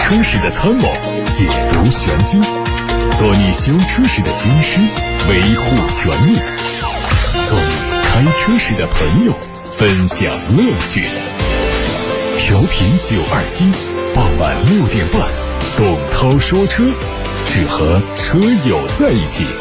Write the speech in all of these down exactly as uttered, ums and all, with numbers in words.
车时的参谋，解读玄机，做你修车时的军师，维护权益，做你开车时的朋友，分享乐趣。调频九二七，傍晚六点半，董涛说车，只和车友在一起。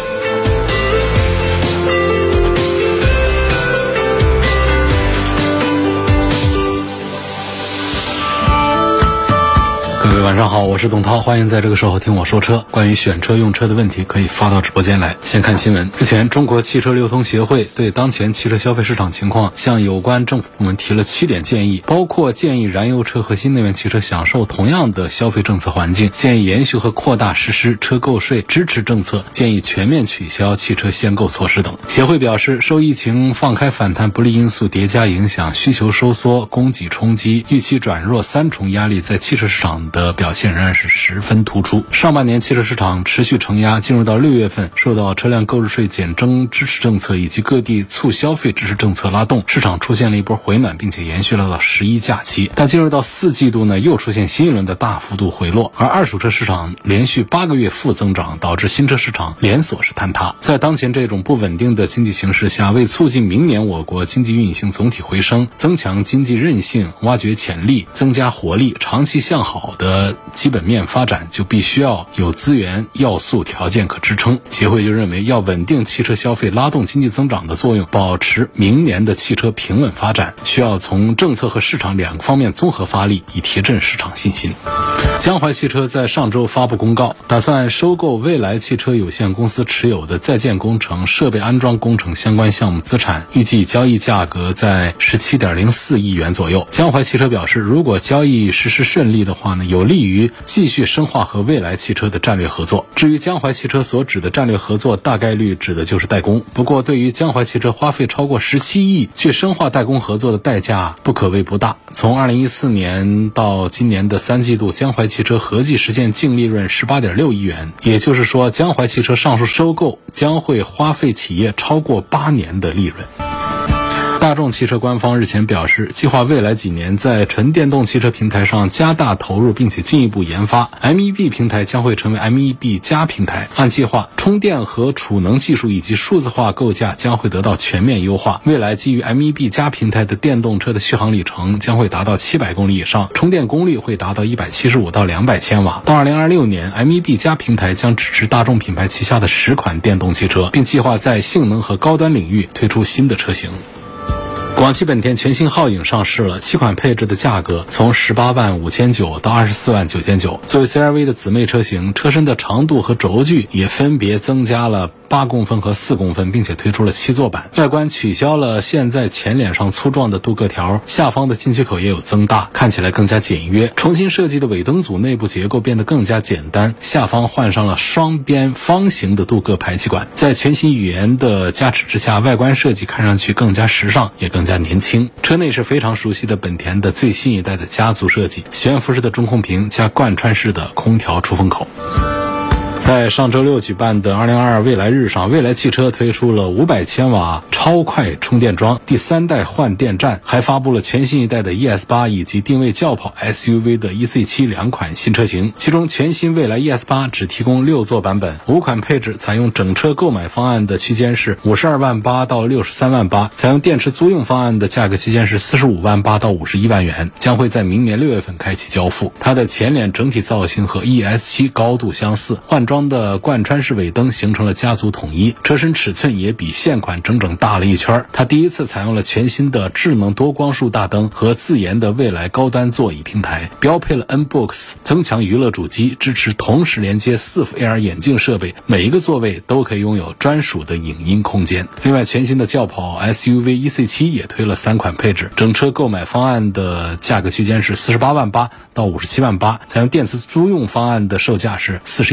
各位晚上好，我是董涛，欢迎在这个时候听我说车。关于选车用车的问题可以发到直播间来。先看新闻，之前中国汽车流通协会对当前汽车消费市场情况向有关政府部门提了七点建议，包括建议燃油车和新能源汽车享受同样的消费政策环境，建议延续和扩大实施车购税支持政策，建议全面取消汽车限购措施等。协会表示，受疫情放开反弹不利因素叠加影响，需求收缩、供给冲击、预期转弱三重压力在汽车市场的表现仍然是十分突出。上半年汽车市场持续承压，进入到六月份，受到车辆购置税减征支持政策以及各地促消费支持政策拉动，市场出现了一波回暖，并且延续了到十一假期。但进入到四季度呢，又出现新一轮的大幅度回落，而二手车市场连续八个月负增长，导致新车市场连锁式坍塌。在当前这种不稳定的经济形势下，为促进明年我国经济运行总体回升，增强经济韧性，挖掘潜力，增加活力，长期向好的基本面发展，就必须要有资源要素条件可支撑。协会就认为，要稳定汽车消费，拉动经济增长的作用，保持明年的汽车平稳发展，需要从政策和市场两个方面综合发力，以提振市场信心。江淮汽车在上周发布公告，打算收购蔚来汽车有限公司持有的在建工程、设备安装工程相关项目资产，预计交易价格在 十七点零四亿元左右。江淮汽车表示，如果交易实施顺利的话呢，有利于继续深化和蔚来汽车的战略合作。至于江淮汽车所指的战略合作，大概率指的就是代工。不过对于江淮汽车花费超过十七亿去深化代工合作的代价不可谓不大。从二零一四年到今年的三季度，江淮汽车合计实现净利润 十八点六亿元，也就是说江淮汽车上述收购将会花费企业超过八年的利润。大众汽车官方日前表示，计划未来几年在纯电动汽车平台上加大投入，并且进一步研发 M E B 平台将会成为 M E B 加平台。按计划，充电和储能技术以及数字化构架将会得到全面优化。未来基于 M E B 加平台的电动车的续航里程将会达到七百公里以上，充电功率会达到一百七十五到两百千瓦。到二零二六年 M E B 加平台将支持大众品牌旗下的十款电动汽车，并计划在性能和高端领域推出新的车型。广汽本田全新皓影上市了，七款配置的价格从十八万五千九到二十四万九千九。作为 C R V 的姊妹车型，车身的长度和轴距也分别增加了八公分和四公分，并且推出了七座版。外观取消了现在前脸上粗壮的镀铬条，下方的进气口也有增大，看起来更加简约。重新设计的尾灯组内部结构变得更加简单，下方换上了双边方形的镀铬排气管。在全新语言的加持之下，外观设计看上去更加时尚，也更加年轻。车内是非常熟悉的本田的最新一代的家族设计，悬浮式的中控屏加贯穿式的空调出风口。在上周六举办的二零二二蔚来日上，蔚来汽车推出了五百千瓦超快充电桩第三代换电站，还发布了全新一代的 E S 八 以及定位轿跑 S U V 的 E C 七 两款新车型。其中全新蔚来 E S 八 只提供六座版本，五款配置采用整车购买方案的区间是五十二万八到六十三万八，采用电池租用方案的价格区间是四十五万八到五十一万元，将会在明年六月份开启交付。它的前脸整体造型和 E S 七 高度相似，换装的贯穿式尾灯形成了家族统一，车身尺寸也比现款整整大了一圈。它第一次采用了全新的智能多光束大灯和自研的蔚来高端座椅平台，标配了 N-Box 增强娱乐主机，支持同时连接四副 A R 眼镜设备，每一个座位都可以拥有专属的影音空间。另外，全新的轿跑 S U V E C 七 也推了三款配置，整车购买方案的价格区间是四十八万八到五十七万八，采用电池租用方案的售价是四十一点八万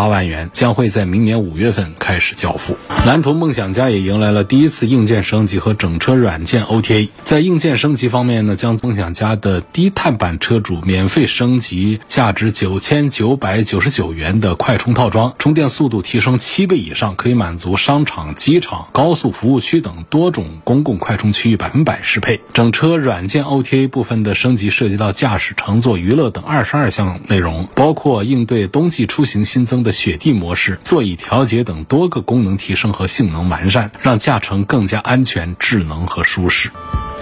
万元，将会在明年五月份开始交付。蓝图梦想家也迎来了第一次硬件升级和整车软件 O T A。 在硬件升级方面呢，将梦想家的低碳版车主免费升级价值九千九百九十九元的快充套装，充电速度提升七倍以上，可以满足商场、机场、高速服务区等多种公共快充区域百分百适配。整车软件 O T A 部分的升级涉及到驾驶、乘坐、娱乐等二十二项内容，包括应对冬季出行新增的雪地模式、座椅调节等多个功能提升和性能完善，让驾乘更加安全、智能和舒适。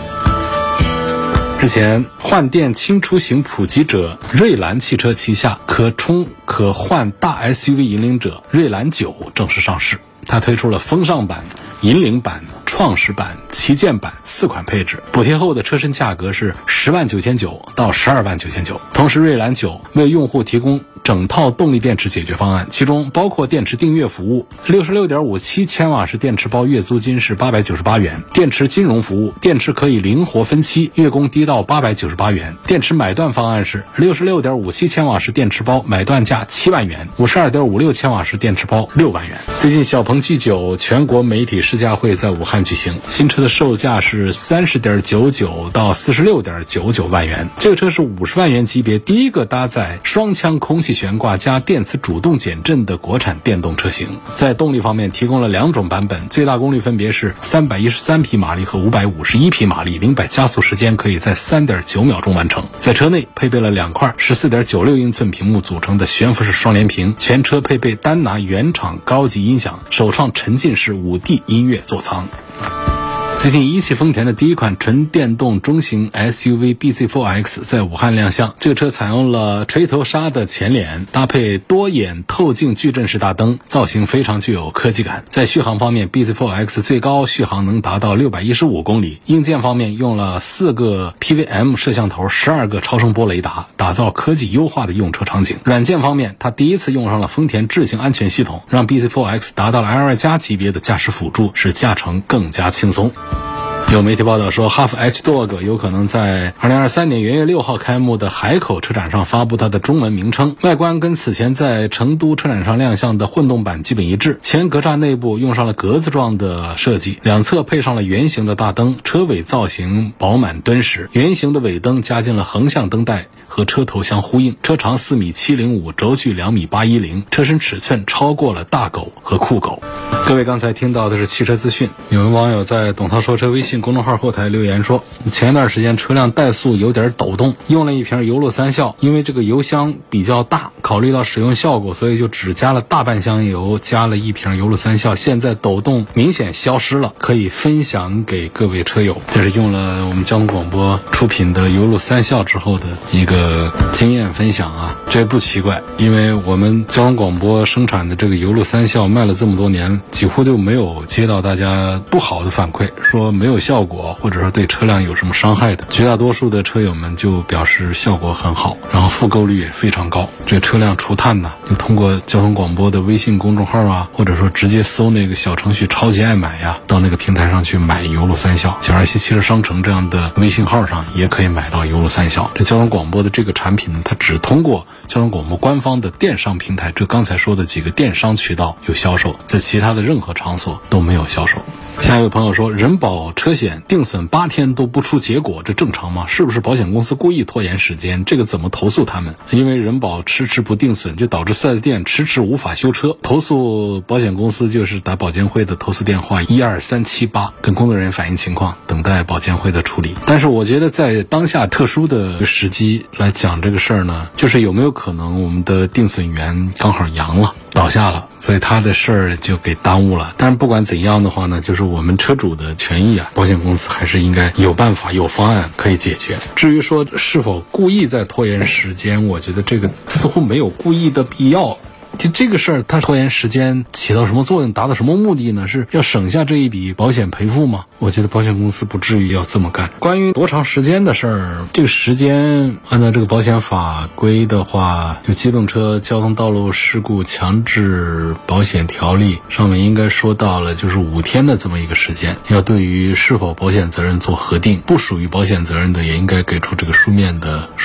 之前，换电轻出行普及者瑞兰汽车旗下可充可换大 S U V 引领者瑞兰九正式上市。它推出了风尚版、引领版、创始版、旗舰版四款配置，补贴后的车身价格是十万九千九到十二万九千九。同时，瑞兰九为用户提供整套动力电池解决方案，其中包括电池订阅服务， 六十六点五七千瓦时电池包月租金是八百九十八元；电池金融服务，电池可以灵活分期，月供低到八百九十八元；电池买断方案是 六十六点五七千瓦时电池包买断价七万元， 五十二点五六千瓦时电池包六万元。最近小鹏 G 九 全国媒体试驾会在武汉举行，新车的售价是 三十点九九到四十六点九九万元。这个车是五十万元级别第一个搭载双腔空气悬挂加电磁主动减震的国产电动车型。在动力方面提供了两种版本，最大功率分别是三百一十三匹马力和五百五十一匹马力，零百加速时间可以在 三点九秒钟完成。在车内配备了两块 十四点九六英寸屏幕组成的悬浮式双联屏，全车配备丹拿原厂高级音响，首创沉浸式 五 D 音乐座舱。最近，一汽丰田的第一款纯电动中型 S U V B Z 四 X 在武汉亮相。这个车采用了锤头鲨的前脸，搭配多眼透镜矩阵式大灯，造型非常具有科技感。在续航方面， B Z 四 X 最高续航能达到六百一十五公里。硬件方面用了四个 P V M 摄像头，十二个超声波雷达，打造科技优化的用车场景。软件方面，它第一次用上了丰田智行安全系统，让 B Z 四 X 达到了 L 二 加级别的驾驶辅助，使驾乘更加轻松。有媒体报道说，哈弗 H Dog 有可能在二零二三年元月六号开幕的海口车展上发布它的中文名称。外观跟此前在成都车展上亮相的混动版基本一致，前格栅内部用上了格子状的设计，两侧配上了圆形的大灯，车尾造型饱满敦实，圆形的尾灯加进了横向灯带和车头相呼应，车长四米七零五，轴距两米八一零，车身尺寸超过了大狗和酷狗。各位刚才听到的是汽车资讯。有位网友在董涛说车微信公众号后台留言说，前一段时间车辆怠速有点抖动，用了一瓶油路三效，因为这个油箱比较大，考虑到使用效果，所以就只加了大半箱油，加了一瓶油路三效，现在抖动明显消失了，可以分享给各位车友。这是用了我们交通广播出品的油路三效之后的一个经验分享啊。这不奇怪，因为我们交通广播生产的这个油路三效卖了这么多年，几乎就没有接到大家不好的反馈，说没有效果，或者说对车辆有什么伤害的。绝大多数的车友们就表示效果很好，然后复购率也非常高。这车辆除碳呢，就通过交通广播的微信公众号啊，或者说直接搜那个小程序超级爱买呀，到那个平台上去买油路三效。小二七汽车商城这样的微信号上也可以买到油路三效。这交通广播的这个产品呢，它只通过交通广播官方的电商平台，这刚才说的几个电商渠道有销售，在其他的任何场所都没有销售。下一位朋友说，人保车险定损八天都不出结果，这正常吗？是不是保险公司故意拖延时间？这个怎么投诉他们？因为人保迟迟不定损，就导致 四 S 店迟迟无法修车。投诉保险公司就是打保监会的投诉电话一二三七八，跟工作人员反映情况，等待保监会的处理。但是我觉得在当下特殊的时机来讲这个事儿呢，就是有没有可能我们的定损员刚好阳了，倒下了，所以他的事儿就给耽误了。但是不管怎样的话呢，就是我们车主的权益啊，保险公司还是应该有办法有方案可以解决。至于说是否故意在拖延时间，我觉得这个似乎没有故意的必要。就这个事儿，它拖延时间起到什么作用，达到什么目的呢？是要省下这一笔保险赔付吗？我觉得保险公司不至于要这么干。关于多长时间的事儿，这个时间按照这个保险法规的话，就机动车交通道路事故强制保险条例上面应该说到了，就是五天的这么一个时间，要对于是否保险责任做核定，不属于保险责任的也应该给出这个书面的说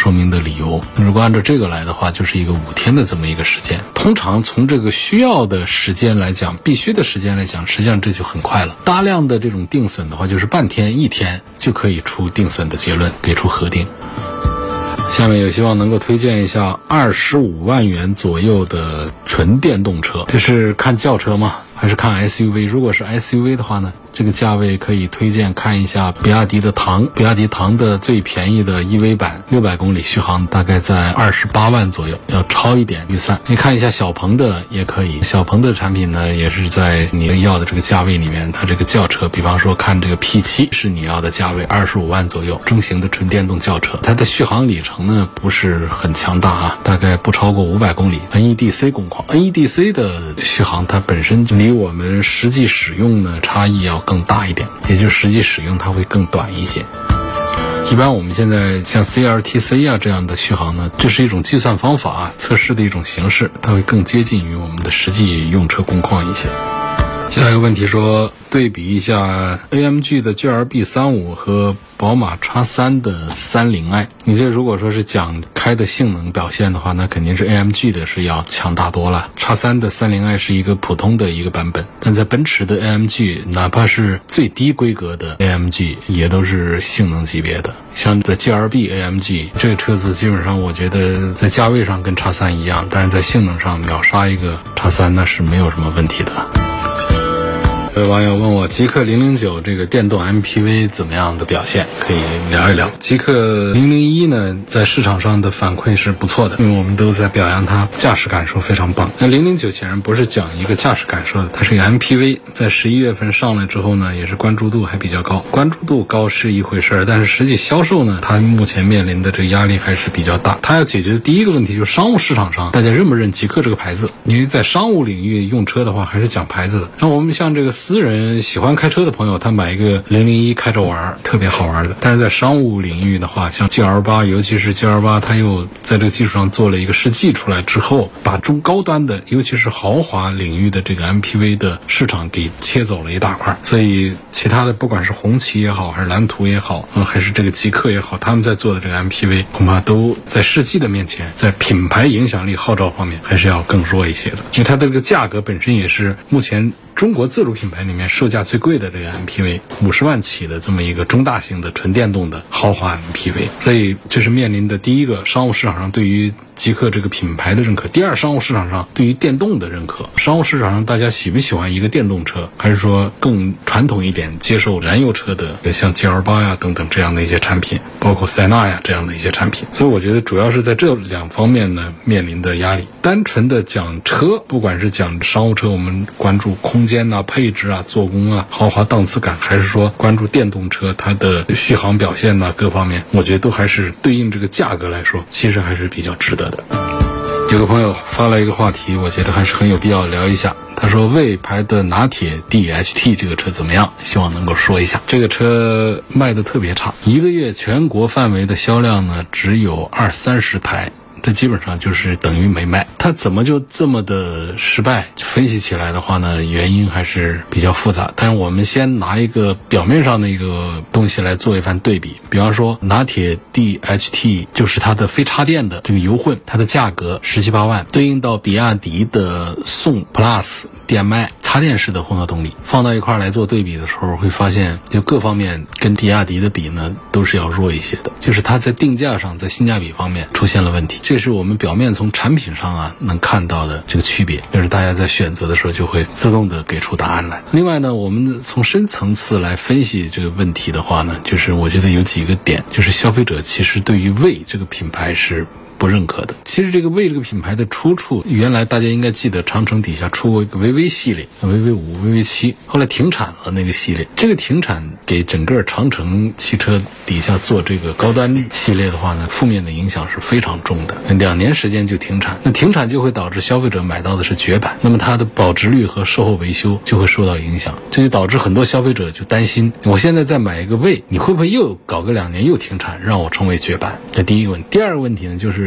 说明的理由。如果按照这个来的话，就是一个五天的这么一个时间。通常从这个需要的时间来讲，必须的时间来讲，实际上这就很快了。大量的这种定损的话，就是半天一天就可以出定损的结论，给出核定。下面有希望能够推荐一下二十五万元左右的纯电动车，这是看轿车吗？还是看 S U V？ 如果是 S U V 的话呢，这个价位可以推荐看一下比亚迪的唐，比亚迪唐的最便宜的 E V 版，六百公里续航大概在二十八万左右，要超一点预算。你看一下小鹏的也可以，小鹏的产品呢也是在你要的这个价位里面，它这个轿车，比方说看这个 P 七 是你要的价位，二十五万左右，中型的纯电动轿车，它的续航里程呢不是很强大啊，大概不超过五百公里。N E D C 工况 ，N E D C 的续航它本身离我们实际使用呢差异要更大一点，也就是实际使用它会更短一些。一般我们现在像 C L T C 啊这样的续航呢，这是一种计算方法啊，测试的一种形式，它会更接近于我们的实际用车工况一些。下一个问题说，对比一下 A M G 的 G L B 三五和宝马 X 三 的三零 i， 你这如果说是讲开的性能表现的话，那肯定是 A M G 的是要强大多了。 X 三 的三零 i 是一个普通的一个版本，但在奔驰的 A M G， 哪怕是最低规格的 A M G 也都是性能级别的。像在 G L B A M G 这个车子，基本上我觉得在价位上跟 X 三 一样，但是在性能上秒杀一个 X 三，那是没有什么问题的。有网友问我极氪零零九这个电动 M P V 怎么样的表现，可以聊一聊。极氪零零一呢，在市场上的反馈是不错的，因为我们都在表扬它驾驶感受非常棒。那零零九显然不是讲一个驾驶感受的，它是一个 M P V， 在十一月份上来之后呢，也是关注度还比较高。关注度高是一回事儿，但是实际销售呢，它目前面临的这个压力还是比较大。它要解决的第一个问题就是商务市场上大家认不认极氪这个牌子，因为在商务领域用车的话还是讲牌子的。然后我们像这个私人喜欢开车的朋友，他买一个零零一开着玩，特别好玩的。但是在商务领域的话，像 G L 八， 尤其是 G L 八， 它又在这个基础上做了一个世纪出来之后，把中高端的，尤其是豪华领域的这个 M P V 的市场给切走了一大块。所以其他的不管是红旗也好，还是蓝图也好，嗯，还是这个极氪也好，他们在做的这个 M P V 恐怕都在世纪的面前，在品牌影响力号召方面还是要更弱一些的。因为它的这个价格本身也是目前中国自主品牌里面售价最贵的这个 M P V， 五十万起的这么一个中大型的纯电动的豪华 M P V， 所以这是面临的第一个商务市场上对于极氪这个品牌的认可。第二，商务市场上对于电动的认可。商务市场上大家喜不喜欢一个电动车，还是说更传统一点接受燃油车的，像 G L 八 呀等等这样的一些产品，包括塞纳呀这样的一些产品。所以我觉得主要是在这两方面呢面临的压力。单纯的讲车，不管是讲商务车，我们关注空间啊、配置啊、做工啊、豪华档次感，还是说关注电动车它的续航表现啊各方面，我觉得都还是对应这个价格来说，其实还是比较值得的。有个朋友发了一个话题，我觉得还是很有必要聊一下。他说魏牌的拿铁 D H T 这个车怎么样，希望能够说一下。这个车卖的特别差，一个月全国范围的销量呢只有二三十台，这基本上就是等于没卖。它怎么就这么的失败？分析起来的话呢，原因还是比较复杂。但是我们先拿一个表面上的一个东西来做一番对比。比方说拿铁 D H T 就是它的非插电的这个油混，它的价格十七八万，对应到比亚迪的宋 Plus D M I 插电式的混合动力，放到一块来做对比的时候，会发现就各方面跟比亚迪的比呢都是要弱一些的，就是它在定价上，在性价比方面出现了问题。这是我们表面从产品上啊能看到的这个区别，就是大家在选择的时候就会自动的给出答案来。另外呢，我们从深层次来分析这个问题的话呢，就是我觉得有几个点，就是消费者其实对于魏这个品牌是不认可的。其实这个魏这个品牌的出处，原来大家应该记得长城底下出过一个微微系列，微微五、微微七，后来停产了那个系列。这个停产给整个长城汽车底下做这个高端系列的话呢，负面的影响是非常重的，两年时间就停产。那停产就会导致消费者买到的是绝版，那么它的保值率和售后维修就会受到影响，这就导致很多消费者就担心，我现在再买一个魏，你会不会又搞个两年又停产，让我成为绝版？这第一个问题。第二个问题呢，就是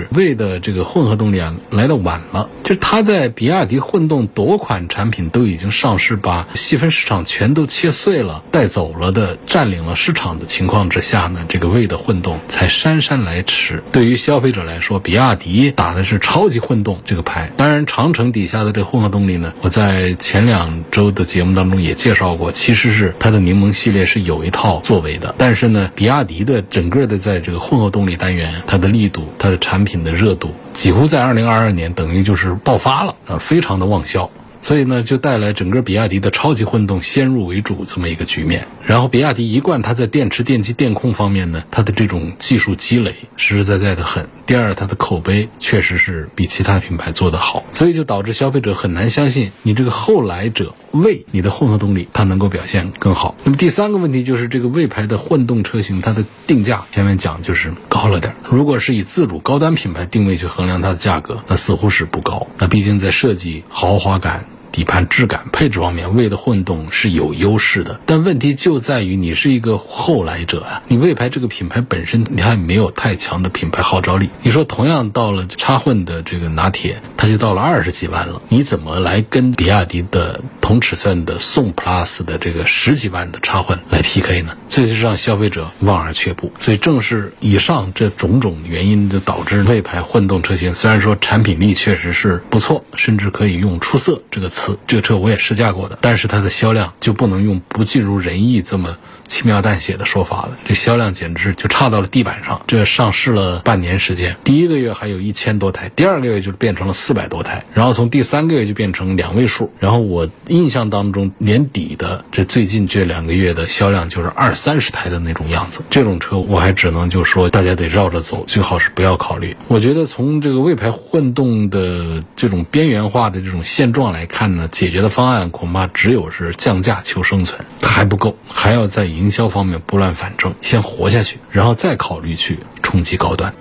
是魏的这个混合动力啊来的晚了，就是它在比亚迪混动多款产品都已经上市，把细分市场全都切碎了带走了的，占领了市场的情况之下呢，这个魏的混动才姗姗来迟。对于消费者来说，比亚迪打的是超级混动这个牌，当然长城底下的这个混合动力呢，我在前两周的节目当中也介绍过，其实是它的柠檬系列是有一套作为的，但是呢，比亚迪的整个的在这个混合动力单元，它的力度，它的产品的热度几乎在二零二二年等于就是爆发了啊，非常的旺销。所以呢，就带来整个比亚迪的超级混动先入为主这么一个局面。然后比亚迪一贯它在电池、电机、电控方面呢，它的这种技术积累实实在在的很。第二，它的口碑确实是比其他品牌做得好，所以就导致消费者很难相信你这个后来者魏，你的混合动力它能够表现更好。那么第三个问题就是这个魏牌的混动车型，它的定价前面讲就是高了点。如果是以自主高端品牌定位去衡量它的价格，那似乎是不高。那毕竟在设计、豪华感、底盘质感、配置方面，魏的混动是有优势的，但问题就在于你是一个后来者啊，你魏牌这个品牌本身你还没有太强的品牌号召力。你说同样到了插混的这个拿铁，它就到了二十几万了，你怎么来跟比亚迪的同尺寸的宋 Plus 的这个十几万的插混来 P K 呢？这就是让消费者望而却步。所以正是以上这种种原因就导致魏牌混动车型虽然说产品力确实是不错，甚至可以用出色这个词，这个车我也试驾过的，但是它的销量就不能用不尽如人意这么轻描淡写的说法了，这销量简直就差到了地板上。这上市了半年时间，第一个月还有一千多台，第二个月就变成了四百多台，然后从第三个月就变成两位数，然后我印象当中年底的这最近这两个月的销量就是二三十台的那种样子。这种车我还只能就说大家得绕着走，最好是不要考虑。我觉得从这个魏牌混动的这种边缘化的这种现状来看呢，解决的方案恐怕只有是降价求生存，还不够，还要在营销方面拨乱反正，先活下去，然后再考虑去冲击高端。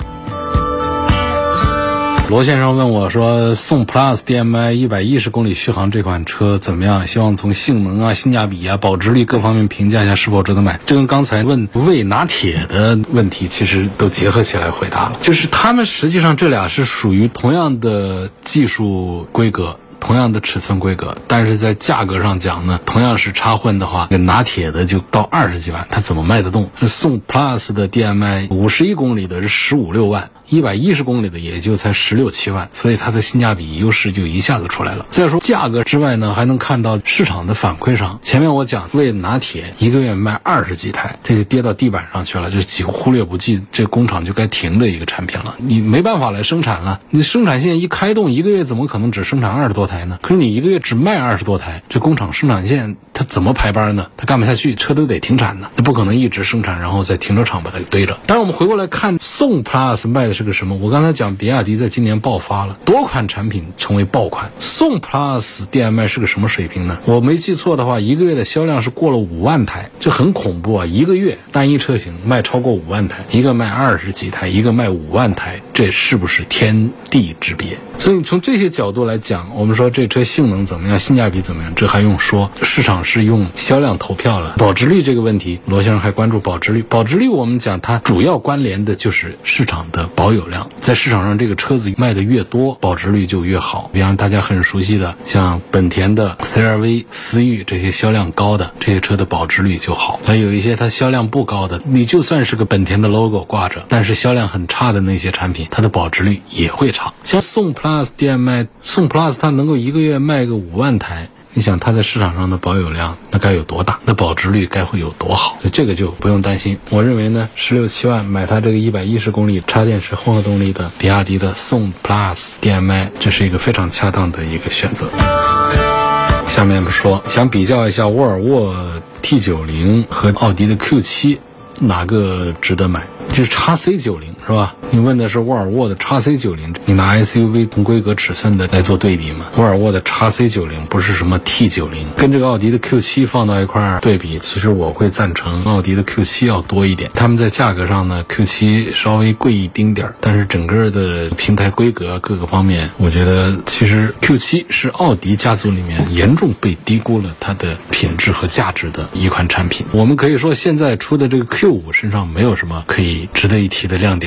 罗先生问我说，宋 Plus D M I 一百一十公里续航这款车怎么样？希望从性能啊、性价比啊、保值率各方面评价一下是否值得买。这跟刚才问魏拿铁的问题其实都结合起来回答了，就是他们实际上这俩是属于同样的技术规格，同样的尺寸规格，但是在价格上讲呢，同样是插混的话，拿铁的就到二十几万，它怎么卖得动？宋 Plus 的 D M I 五十一公里的是十五六万，一百一十公里的也就才十六七万，所以它的性价比优势就一下子出来了。再说价格之外呢，还能看到市场的反馈上，前面我讲魏拿铁一个月卖二十几台，这个跌到地板上去了，就几乎忽略不计，这工厂就该停的一个产品了，你没办法来生产了。你生产线一开动，一个月怎么可能只生产二十多台呢？可是你一个月只卖二十多台，这工厂生产线它怎么排班呢？它干不下去，车都得停产呢，它不可能一直生产然后在停车场把它给堆着。当然我们回过来看宋 Plus 卖的是个什么，我刚才讲比亚迪在今年爆发了，多款产品成为爆款，宋 Plus D M I 是个什么水平呢？我没记错的话，一个月的销量是过了五万台，这很恐怖啊！一个月单一车型卖超过五万台，一个卖二十几台，一个卖五万台，这是不是天地之别？所以从这些角度来讲，我们说这车性能怎么样，性价比怎么样，这还用说？市场是用销量投票了。保值率这个问题，罗先生还关注保值率。保值率我们讲它主要关联的就是市场的保有量，在市场上这个车子卖的越多，保值率就越好。比方大家很熟悉的像本田的 C R V、 思域，这些销量高的这些车的保值率就好。还有一些它销量不高的，你就算是个本田的 logo 挂着，但是销量很差的那些产品，它的保值率也会差。像宋 Plus D M I， 宋 Plus 它能够一个月卖个五万台，你想它在市场上的保有量那该有多大，那保值率该会有多好，所以这个就不用担心。我认为呢，十六七万买它这个一百一十公里插电式混合动力的比亚迪的宋 Plus D M I， 这是一个非常恰当的一个选择。下面说想比较一下沃尔沃 T 九十 和奥迪的 Q 七，哪个值得买？就是 X C 九十 是吧？你问的是沃尔沃的 X C 九十， 你拿 S U V 同规格尺寸的来做对比吗？沃尔沃的 X C 九十 不是什么 T 九十， 跟这个奥迪的 Q 七 放到一块儿对比，其实我会赞成奥迪的 Q 七 要多一点。他们在价格上呢 Q 七 稍微贵一丁点儿，但是整个的平台规格各个方面，我觉得其实 Q 七 是奥迪家族里面严重被低估了它的品质和价值的一款产品。我们可以说现在出的这个 Q 五 身上没有什么可以值得一提的亮点，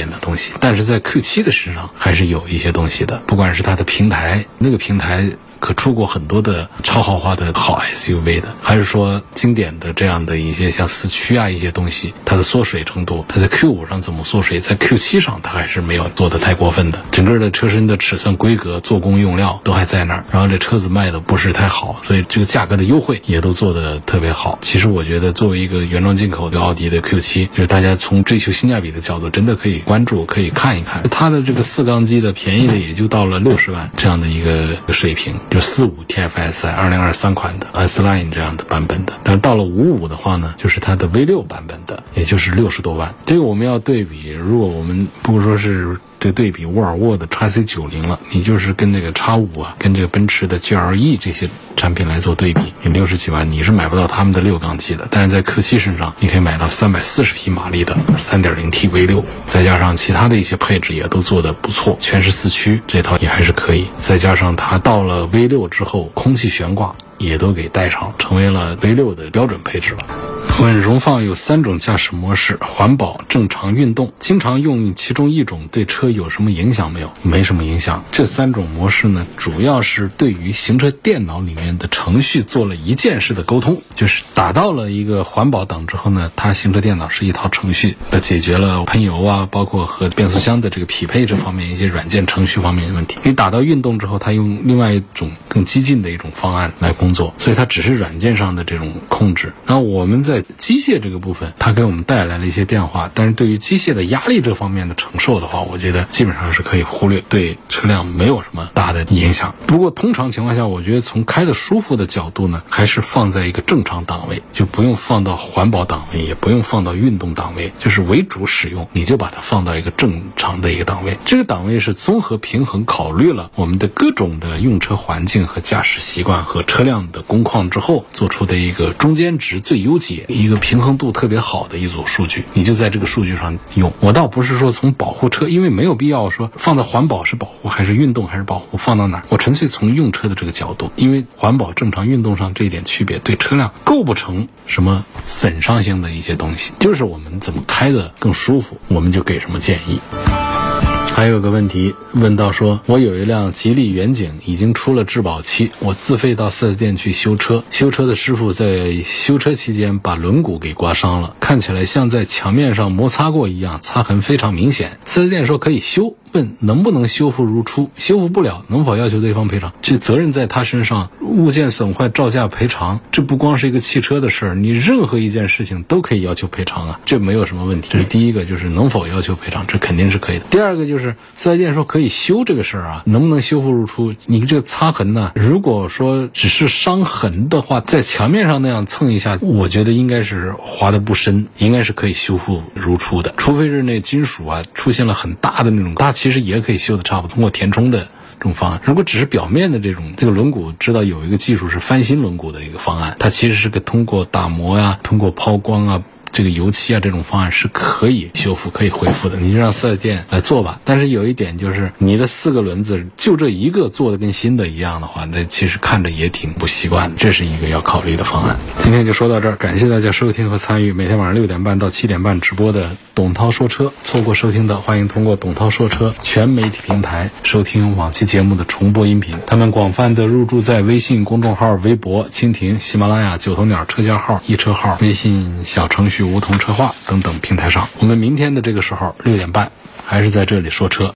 点的东西，但是在 Q 七 的身上还是有一些东西的，不管是它的平台，那个平台可出过很多的超豪华的好 S U V 的，还是说经典的这样的一些像四驱啊一些东西，它的缩水程度，它在 Q 五 上怎么缩水，在 Q 七 上它还是没有做得太过分的，整个的车身的尺寸规格做工用料都还在那儿，然后这车子卖的不是太好，所以这个价格的优惠也都做得特别好。其实我觉得作为一个原装进口的奥迪的 Q 七， 就是大家从追求性价比的角度真的可以关注可以看一看，它的这个四缸机的便宜的也就到了六十万这样的一个水平，就四五 T F S I 二零二三款的 S Line 这样的版本的，但是到了五五的话呢，就是它的 V 六 版本的，也就是六十多万。这个我们要对比，如果我们不说是这对比沃尔沃的 X C 九十 了，你就是跟这个 X 五 啊，跟这个奔驰的 G L E 这些产品来做对比，你六十几万你是买不到他们的六缸机的，但是在 Q 七 身上你可以买到三百四十匹马力的 三点零 T V 六， 再加上其他的一些配置也都做得不错，全是四驱，这套也还是可以，再加上它到了 V 六 之后空气悬挂也都给带上，成为了 V 六 的标准配置了。问荣放有三种驾驶模式，环保、正常、运动，经常用其中一种对车有什么影响没有？没什么影响。这三种模式呢，主要是对于行车电脑里面的程序做了一件事的沟通，就是打到了一个环保档之后呢，它行车电脑是一套程序，它解决了喷油啊，包括和变速箱的这个匹配这方面一些软件程序方面的问题。你打到运动之后，它用另外一种更激进的一种方案来工作，所以它只是软件上的这种控制。那我们在机械这个部分它给我们带来了一些变化，但是对于机械的压力这方面的承受的话，我觉得基本上是可以忽略，对车辆没有什么大的影响。不过通常情况下，我觉得从开的舒服的角度呢，还是放在一个正常档位，就不用放到环保档位，也不用放到运动档位，就是为主使用，你就把它放到一个正常的一个档位。这个档位是综合平衡考虑了我们的各种的用车环境和驾驶习惯和车辆的工况之后做出的一个中间值最优解，一个平衡度特别好的一组数据，你就在这个数据上用。我倒不是说从保护车，因为没有必要说放在环保是保护还是运动还是保护，放到哪儿，我纯粹从用车的这个角度，因为环保、正常、运动上这一点区别对车辆构不成什么损伤性的一些东西，就是我们怎么开的更舒服，我们就给什么建议。还有个问题问到说，我有一辆吉利远景已经出了质保期，我自费到 四 S 店去修车，修车的师傅在修车期间把轮毂给刮伤了，看起来像在墙面上摩擦过一样，擦痕非常明显。 四 S 店说可以修，问能不能修复如初，修复不了能否要求对方赔偿，这责任在他身上，物件损坏照价赔偿，这不光是一个汽车的事儿，你任何一件事情都可以要求赔偿啊，这没有什么问题。这是第一个，就是能否要求赔偿，这肯定是可以的。第二个就是四 S 店说可以修这个事儿啊，能不能修复如初，你这个擦痕呢，如果说只是伤痕的话，在墙面上那样蹭一下，我觉得应该是划得不深，应该是可以修复如初的，除非是那金属啊出现了很大的那种，大其实也可以修的差不多，通过填充的这种方案。如果只是表面的这种，这个轮毂知道有一个技术是翻新轮毂的一个方案，它其实是个通过打磨呀、通过抛光啊、这个油漆啊这种方案是可以修复可以恢复的，你就让四 S 店来做吧。但是有一点就是你的四个轮子就这一个做的跟新的一样的话，那其实看着也挺不习惯的，这是一个要考虑的方案。今天就说到这儿，感谢大家收听和参与每天晚上六点半到七点半直播的董涛说车。错过收听的，欢迎通过董涛说车全媒体平台收听往期节目的重播音频，他们广泛的入驻在微信公众号、微博、蜻蜓、喜马拉雅、九头鸟车家号、易车号、微信小程序梧桐车话等等平台上。我们明天的这个时候六点半还是在这里说车。